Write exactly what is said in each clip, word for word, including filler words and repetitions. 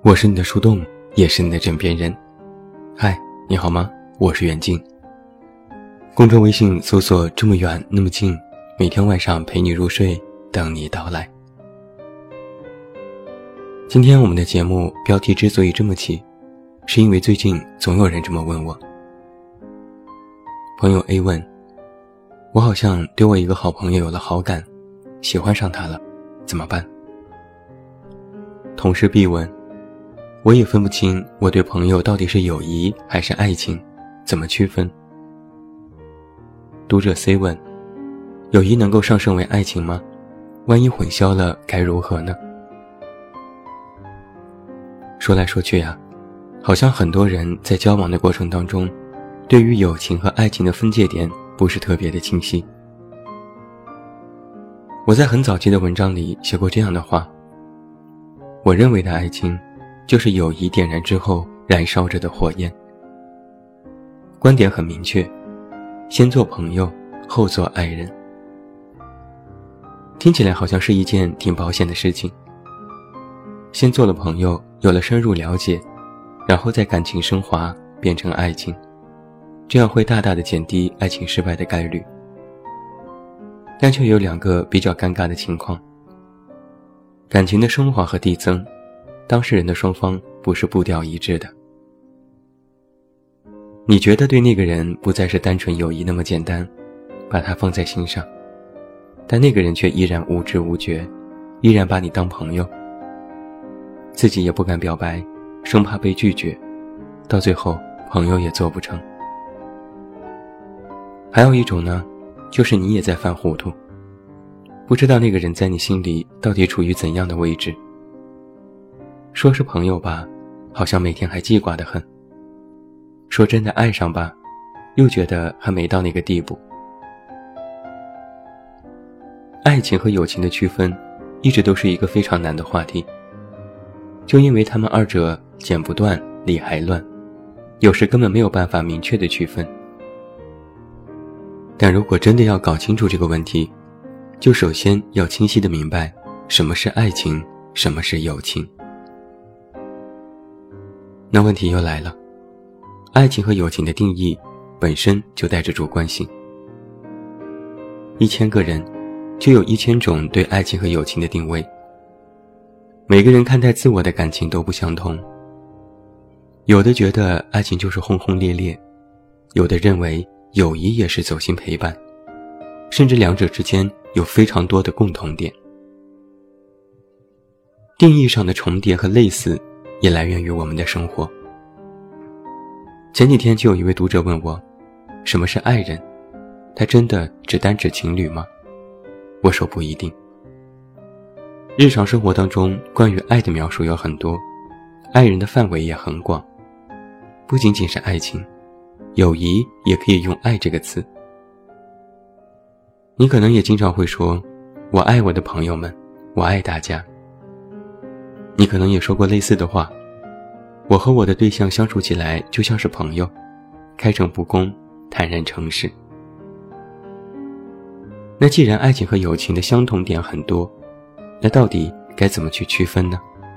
我是你的树洞，也是你的枕边人。嗨，你好吗？我是远近。公众微信搜索这么远那么近，每天晚上陪你入睡，等你到来。今天我们的节目标题之所以这么起，是因为最近总有人这么问我。朋友 A 问，我好像对我一个好朋友有了好感，喜欢上他了，怎么办？同事 B 问，我也分不清我对朋友到底是友谊还是爱情，怎么区分？读者 C 问，友谊能够上升为爱情吗？万一混淆了该如何呢？说来说去啊，好像很多人在交往的过程当中，对于友情和爱情的分界点不是特别的清晰。我在很早期的文章里写过这样的话，我认为的爱情就是友谊点燃之后燃烧着的火焰。观点很明确，先做朋友，后做爱人。听起来好像是一件挺保险的事情。先做了朋友，有了深入了解，然后再感情升华变成爱情，这样会大大的减低爱情失败的概率。但却有两个比较尴尬的情况。感情的升华和递增，当事人的双方不是步调一致的。你觉得对那个人不再是单纯友谊那么简单，把他放在心上，但那个人却依然无知无觉，依然把你当朋友，自己也不敢表白，生怕被拒绝，到最后朋友也做不成。还有一种呢，就是你也在犯糊涂，不知道那个人在你心里到底处于怎样的位置。说是朋友吧，好像每天还记挂得很；说真的爱上吧，又觉得还没到那个地步。爱情和友情的区分，一直都是一个非常难的话题，就因为他们二者剪不断，理还乱，有时根本没有办法明确的区分。但如果真的要搞清楚这个问题，就首先要清晰地明白什么是爱情，什么是友情。那问题又来了，爱情和友情的定义本身就带着主观性。一千个人就有一千种对爱情和友情的定位，每个人看待自我的感情都不相同。有的觉得爱情就是轰轰烈烈，有的认为友谊也是走心陪伴，甚至两者之间有非常多的共同点。定义上的重叠和类似也来源于我们的生活。前几天就有一位读者问我，什么是爱人？他真的只单指情侣吗？我说不一定。日常生活当中关于爱的描述有很多，爱人的范围也很广，不仅仅是爱情，友谊也可以用爱这个词。你可能也经常会说，我爱我的朋友们，我爱大家。你可能也说过类似的话，我和我的对象相处起来就像是朋友，开诚布公，坦然诚实。那既然爱情和友情的相同点很多，那到底该怎么去区分呢？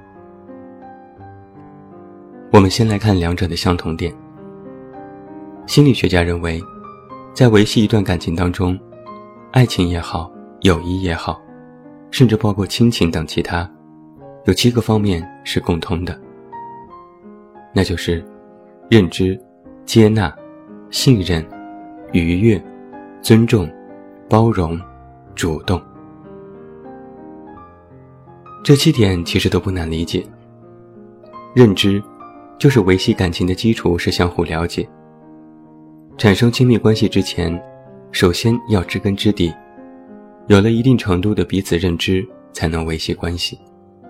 我们先来看两者的相同点。心理学家认为，在维系一段感情当中，爱情也好，友谊也好，甚至包括亲情等其他，有七个方面是共通的。那就是认知、接纳、信任、愉悦、尊重、包容、主动。这七点其实都不难理解。认知就是维系感情的基础是相互了解。产生亲密关系之前，首先要知根知底，有了一定程度的彼此认知，才能维系关系。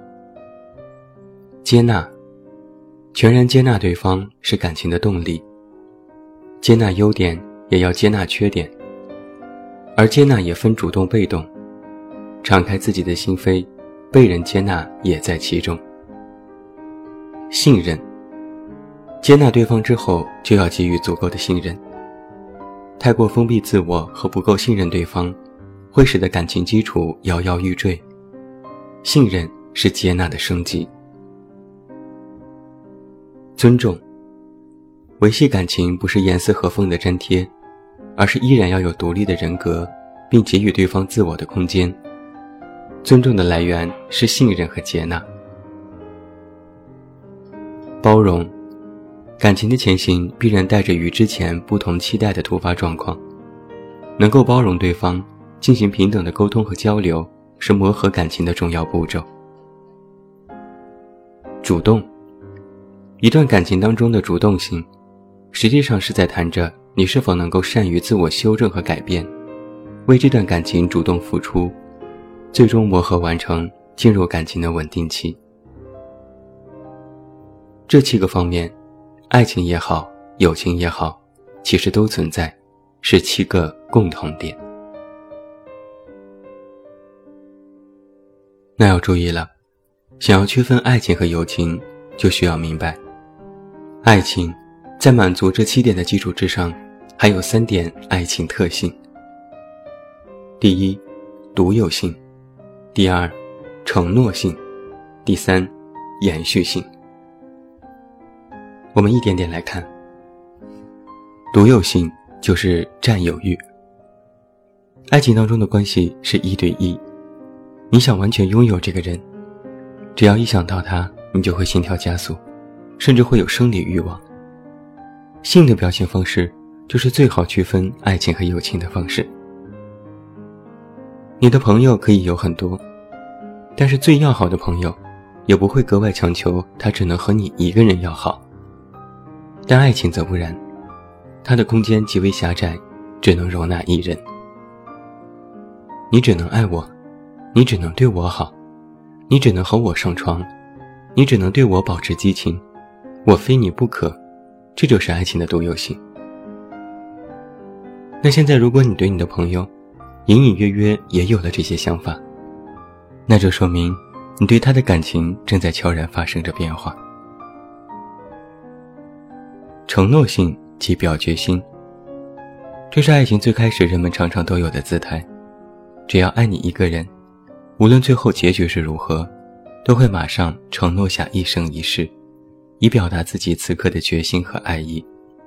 接纳，全然接纳对方是感情的动力。接纳优点，也要接纳缺点，而接纳也分主动被动，敞开自己的心扉，被人接纳也在其中。信任，接纳对方之后就要给予足够的信任。太过封闭自我和不够信任对方，会使得感情基础摇摇欲坠。信任是接纳的升级。 尊重。维系感情不是严丝合缝的粘贴，而是依然要有独立的人格，并给予对方自我的空间。尊重的来源是信任和接纳。包容，感情的前行必然带着与之前不同期待的突发状况，能够包容对方，进行平等的沟通和交流，是磨合感情的重要步骤。主动，一段感情当中的主动性，实际上是在谈着你是否能够善于自我修正和改变，为这段感情主动付出，最终磨合完成，进入感情的稳定期。这七个方面，爱情也好，友情也好，其实都存在，是七个共同点。那要注意了，想要区分爱情和友情，就需要明白，爱情在满足这七点的基础之上，还有三点爱情特性。第一，独有性；第二，承诺性；第三，延续性。我们一点点来看。独有性就是占有欲。爱情当中的关系是一对一，你想完全拥有这个人，只要一想到他，你就会心跳加速，甚至会有生理欲望。性的表现方式就是最好区分爱情和友情的方式。你的朋友可以有很多，但是最要好的朋友也不会格外强求他只能和你一个人要好。但爱情则不然，它的空间极为狭窄，只能容纳一人。你只能爱我，你只能对我好，你只能和我上床，你只能对我保持激情，我非你不可，这就是爱情的独有性。那现在如果你对你的朋友隐隐约约也有了这些想法，那就说明你对他的感情正在悄然发生着变化。承诺性即表决心，这是爱情最开始人们常常都有的姿态。只要爱你一个人，无论最后结局是如何，都会马上承诺下一生一世，以表达自己此刻的决心和爱意。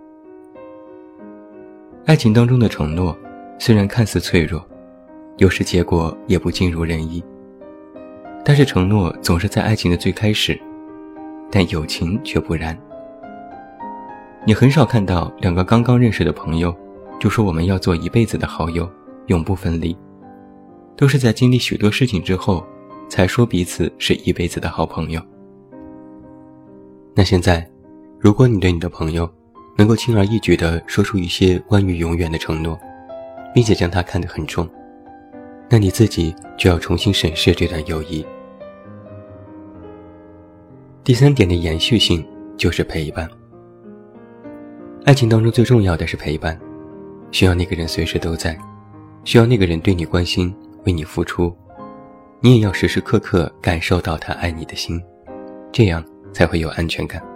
爱情当中的承诺虽然看似脆弱，有时结果也不尽如人意，但是承诺总是在爱情的最开始，但友情却不然。你很少看到两个刚刚认识的朋友就说我们要做一辈子的好友，永不分离，都是在经历许多事情之后才说彼此是一辈子的好朋友。那现在，如果你对你的朋友能够轻而易举地说出一些关于永远的承诺，并且将它看得很重，那你自己就要重新审视这段友谊。第三点的延续性就是陪伴。爱情当中最重要的是陪伴，需要那个人随时都在，需要那个人对你关心，为你付出，你也要时时刻刻感受到他爱你的心，这样才会有安全感。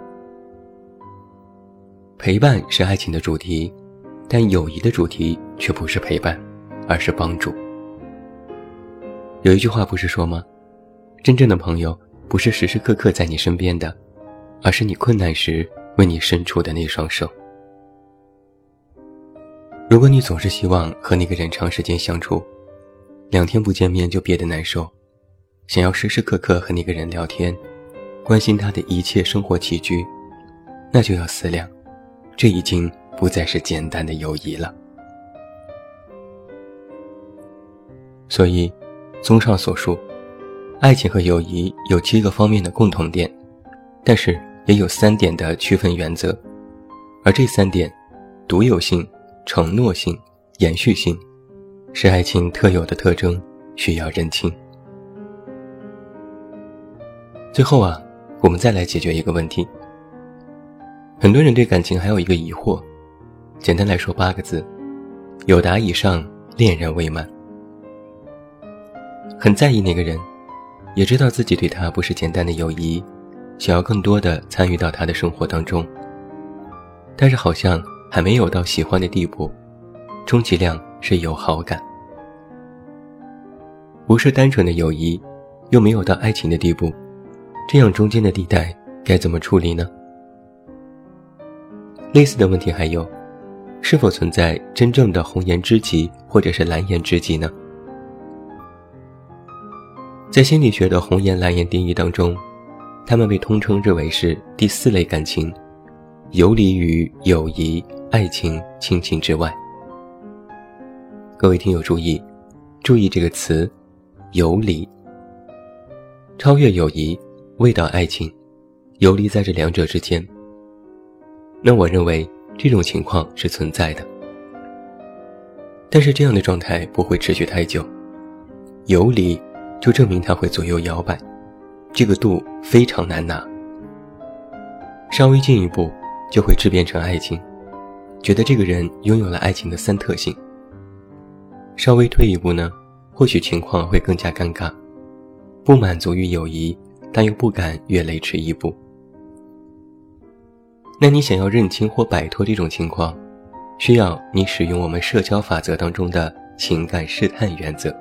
陪伴是爱情的主题，但友谊的主题却不是陪伴，而是帮助。有一句话不是说吗？真正的朋友不是时时刻刻在你身边的，而是你困难时为你伸出的那双手。如果你总是希望和那个人长时间相处，两天不见面就憋得难受，想要时时刻刻和那个人聊天，关心他的一切生活起居，那就要思量，这已经不再是简单的友谊了。所以综上所述，爱情和友谊有七个方面的共同点，但是也有三点的区分原则，而这三点，独有性、承诺性、延续性，是爱情特有的特征，需要认清。最后啊，我们再来解决一个问题。很多人对感情还有一个疑惑，简单来说八个字：有达以上，恋人未满。很在意那个人，也知道自己对他不是简单的友谊，想要更多的参与到他的生活当中，但是好像还没有到喜欢的地步，充其量是有好感。不是单纯的友谊，又没有到爱情的地步，这样中间的地带该怎么处理呢？ 类似的问题还有，是否存在真正的红颜知己或者是蓝颜知己呢？在心理学的红颜蓝颜定义当中，他们被通称认为是第四类感情，游离于友谊、爱情、亲情之外。各位听友注意，注意这个词，游离。超越友谊，未到爱情，游离在这两者之间。那我认为这种情况是存在的，但是这样的状态不会持续太久。游离就证明它会左右摇摆，这个度非常难拿。稍微进一步就会质变成爱情，觉得这个人拥有了爱情的三特性。稍微退一步呢，或许情况会更加尴尬，不满足于友谊，但又不敢越雷池一步。那你想要认清或摆脱这种情况，需要你使用我们社交法则当中的情感试探原则。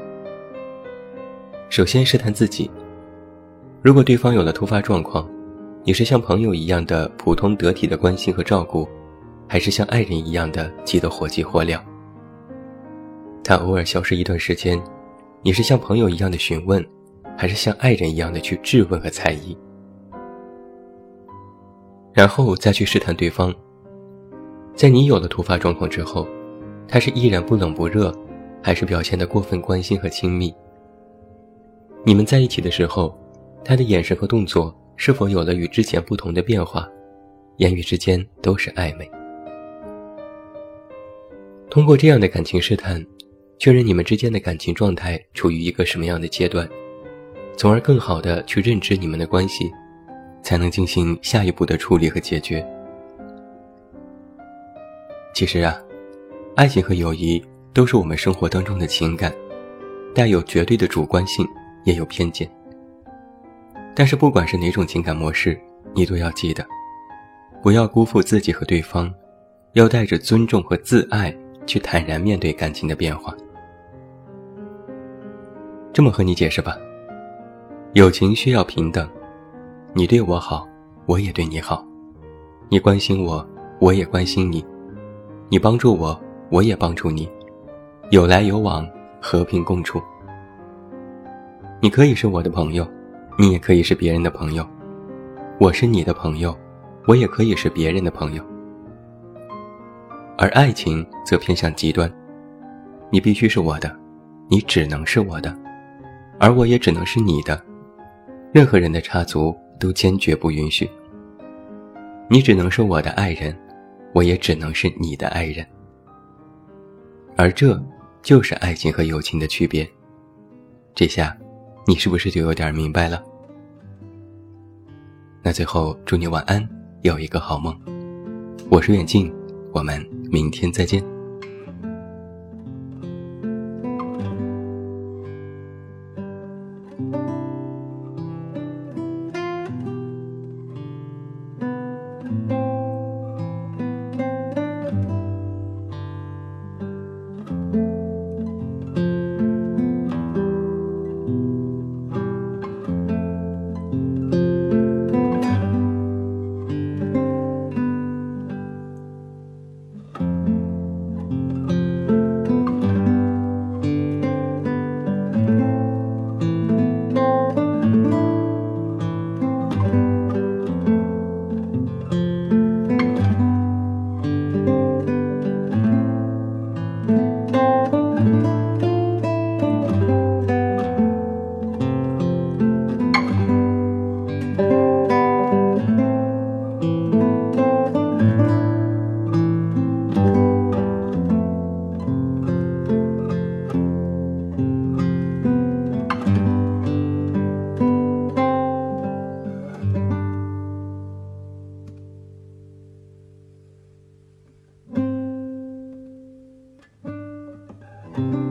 首先试探自己，如果对方有了突发状况，你是像朋友一样的普通得体的关心和照顾，还是像爱人一样的急得火急火燎？他偶尔消失一段时间，你是像朋友一样的询问，还是像爱人一样的去质问和猜疑？然后再去试探对方，在你有了突发状况之后，他是依然不冷不热，还是表现得过分关心和亲密？你们在一起的时候，他的眼神和动作是否有了与之前不同的变化？言语之间都是暧昧。通过这样的感情试探，确认你们之间的感情状态处于一个什么样的阶段，从而更好地去认知你们的关系，才能进行下一步的处理和解决。其实啊，爱情和友谊都是我们生活当中的情感，带有绝对的主观性，也有偏见。但是不管是哪种情感模式，你都要记得，不要辜负自己和对方，要带着尊重和自爱去坦然面对感情的变化。这么和你解释吧，友情需要平等，你对我好，我也对你好，你关心我，我也关心你，你帮助我，我也帮助你，有来有往，和平共处。你可以是我的朋友，你也可以是别人的朋友，我是你的朋友，我也可以是别人的朋友。而爱情则偏向极端，你必须是我的，你只能是我的，而我也只能是你的，任何人的插足都坚决不允许。你只能是我的爱人，我也只能是你的爱人。而这就是爱情和友情的区别。这下你是不是就有点明白了？那最后祝你晚安，有一个好梦。我是远近，我们明天再见。 you